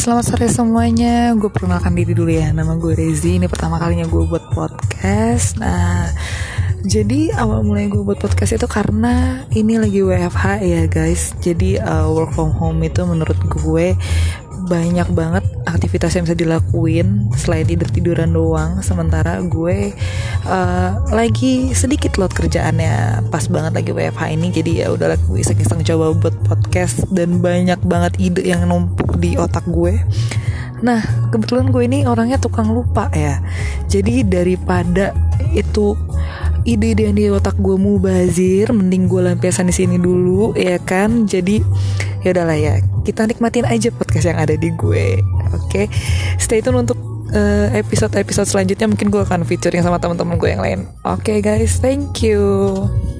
Selamat sore semuanya. Gue perkenalkan diri dulu ya. Nama gue Rezi. Ini pertama kalinya gue buat podcast. Nah, jadi awal mulai gue buat podcast itu karena ini lagi WFH ya guys. Jadi work from home itu menurut gue banyak banget aktivitas yang bisa dilakuin selain tiduran doang. Sementara gue lagi sedikit load kerjaannya, pas banget lagi WFH ini. Jadi ya udahlah, gue iseng-iseng coba buat podcast dan banyak banget ide yang numpuk di otak gue. Nah, kebetulan gue ini orangnya tukang lupa ya. Jadi daripada itu ide-ide yang di otak gue mubazir, mending gue lampiasan di sini dulu ya kan. Jadi ya udahlah ya, kita nikmatin aja podcast yang ada di gue. Oke, stay tune untuk episode-episode selanjutnya. Mungkin gue akan featuring sama teman-teman gue yang lain. Oke guys, thank you.